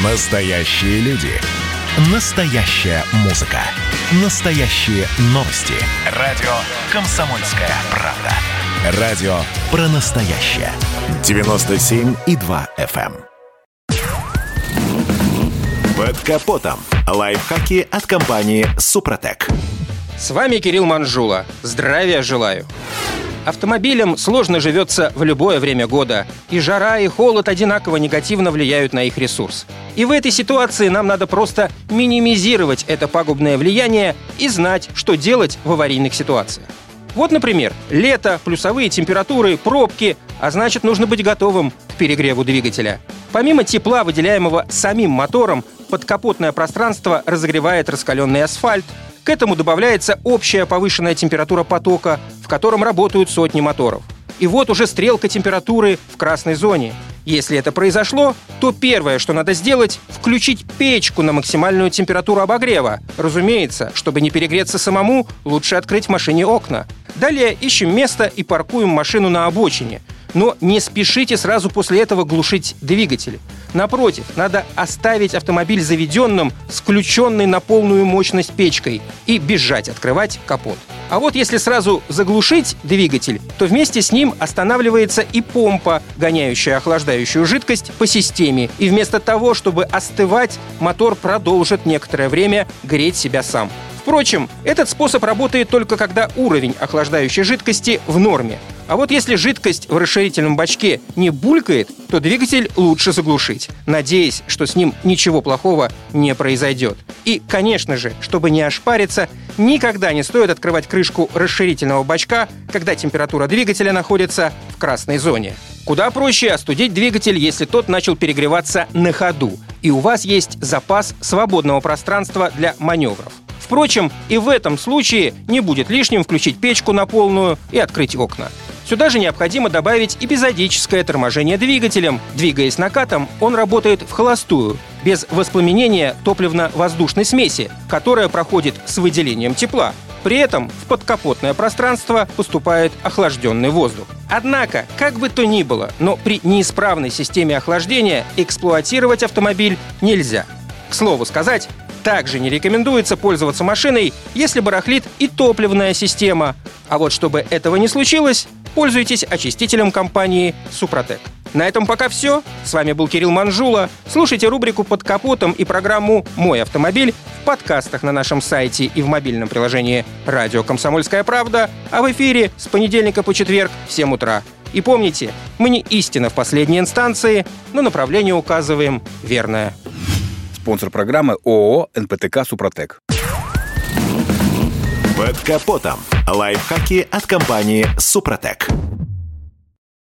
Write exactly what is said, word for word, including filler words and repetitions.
Настоящие люди. Настоящая музыка. Настоящие новости. Радио «Комсомольская правда». Радио про настоящее. девяносто семь и два эф эм. Под капотом. Лайфхаки от компании «Супротек». С вами Кирилл Манжула. Здравия желаю. Автомобилям сложно живется в любое время года, и жара, и холод одинаково негативно влияют на их ресурс. И в этой ситуации нам надо просто минимизировать это пагубное влияние и знать, что делать в аварийных ситуациях. Вот, например, лето, плюсовые температуры, пробки, а значит, нужно быть готовым к перегреву двигателя. Помимо тепла, выделяемого самим мотором, подкапотное пространство разогревает раскаленный асфальт. К этому добавляется общая повышенная температура потока, в котором работают сотни моторов. И вот уже стрелка температуры в красной зоне. Если это произошло, то первое, что надо сделать – включить печку на максимальную температуру обогрева. Разумеется, чтобы не перегреться самому, лучше открыть в машине окна. Далее ищем место и паркуем машину на обочине. Но не спешите сразу после этого глушить двигатель. Напротив, надо оставить автомобиль заведенным с включенной на полную мощность печкой и бежать открывать капот. А вот если сразу заглушить двигатель, то вместе с ним останавливается и помпа, гоняющая охлаждающую жидкость по системе. И вместо того, чтобы остывать, мотор продолжит некоторое время греть себя сам. Впрочем, этот способ работает только когда уровень охлаждающей жидкости в норме. А вот если жидкость в расширительном бачке не булькает, то двигатель лучше заглушить, надеясь, что с ним ничего плохого не произойдет. И, конечно же, чтобы не ошпариться, никогда не стоит открывать крышку расширительного бачка, когда температура двигателя находится в красной зоне. Куда проще остудить двигатель, если тот начал перегреваться на ходу, и у вас есть запас свободного пространства для маневров. Впрочем, и в этом случае не будет лишним включить печку на полную и открыть окна. Сюда же необходимо добавить эпизодическое торможение двигателем. Двигаясь накатом, он работает в холостую, без воспламенения топливно-воздушной смеси, которая проходит с выделением тепла. При этом в подкапотное пространство поступает охлажденный воздух. Однако, как бы то ни было, но при неисправной системе охлаждения эксплуатировать автомобиль нельзя. К слову сказать, также не рекомендуется пользоваться машиной, если барахлит и топливная система. А вот чтобы этого не случилось, пользуйтесь очистителем компании «Супротек». На этом пока все. С вами был Кирилл Манжула. Слушайте рубрику «Под капотом» и программу «Мой автомобиль» в подкастах на нашем сайте и в мобильном приложении «Радио Комсомольская правда», а в эфире с понедельника по четверг в семь утра. И помните, мы не истина в последней инстанции, но направление указываем верное. Спонсор программы ООО эн пэ тэ ка «Супротек». Под капотом. Лайфхаки от компании «Супротек».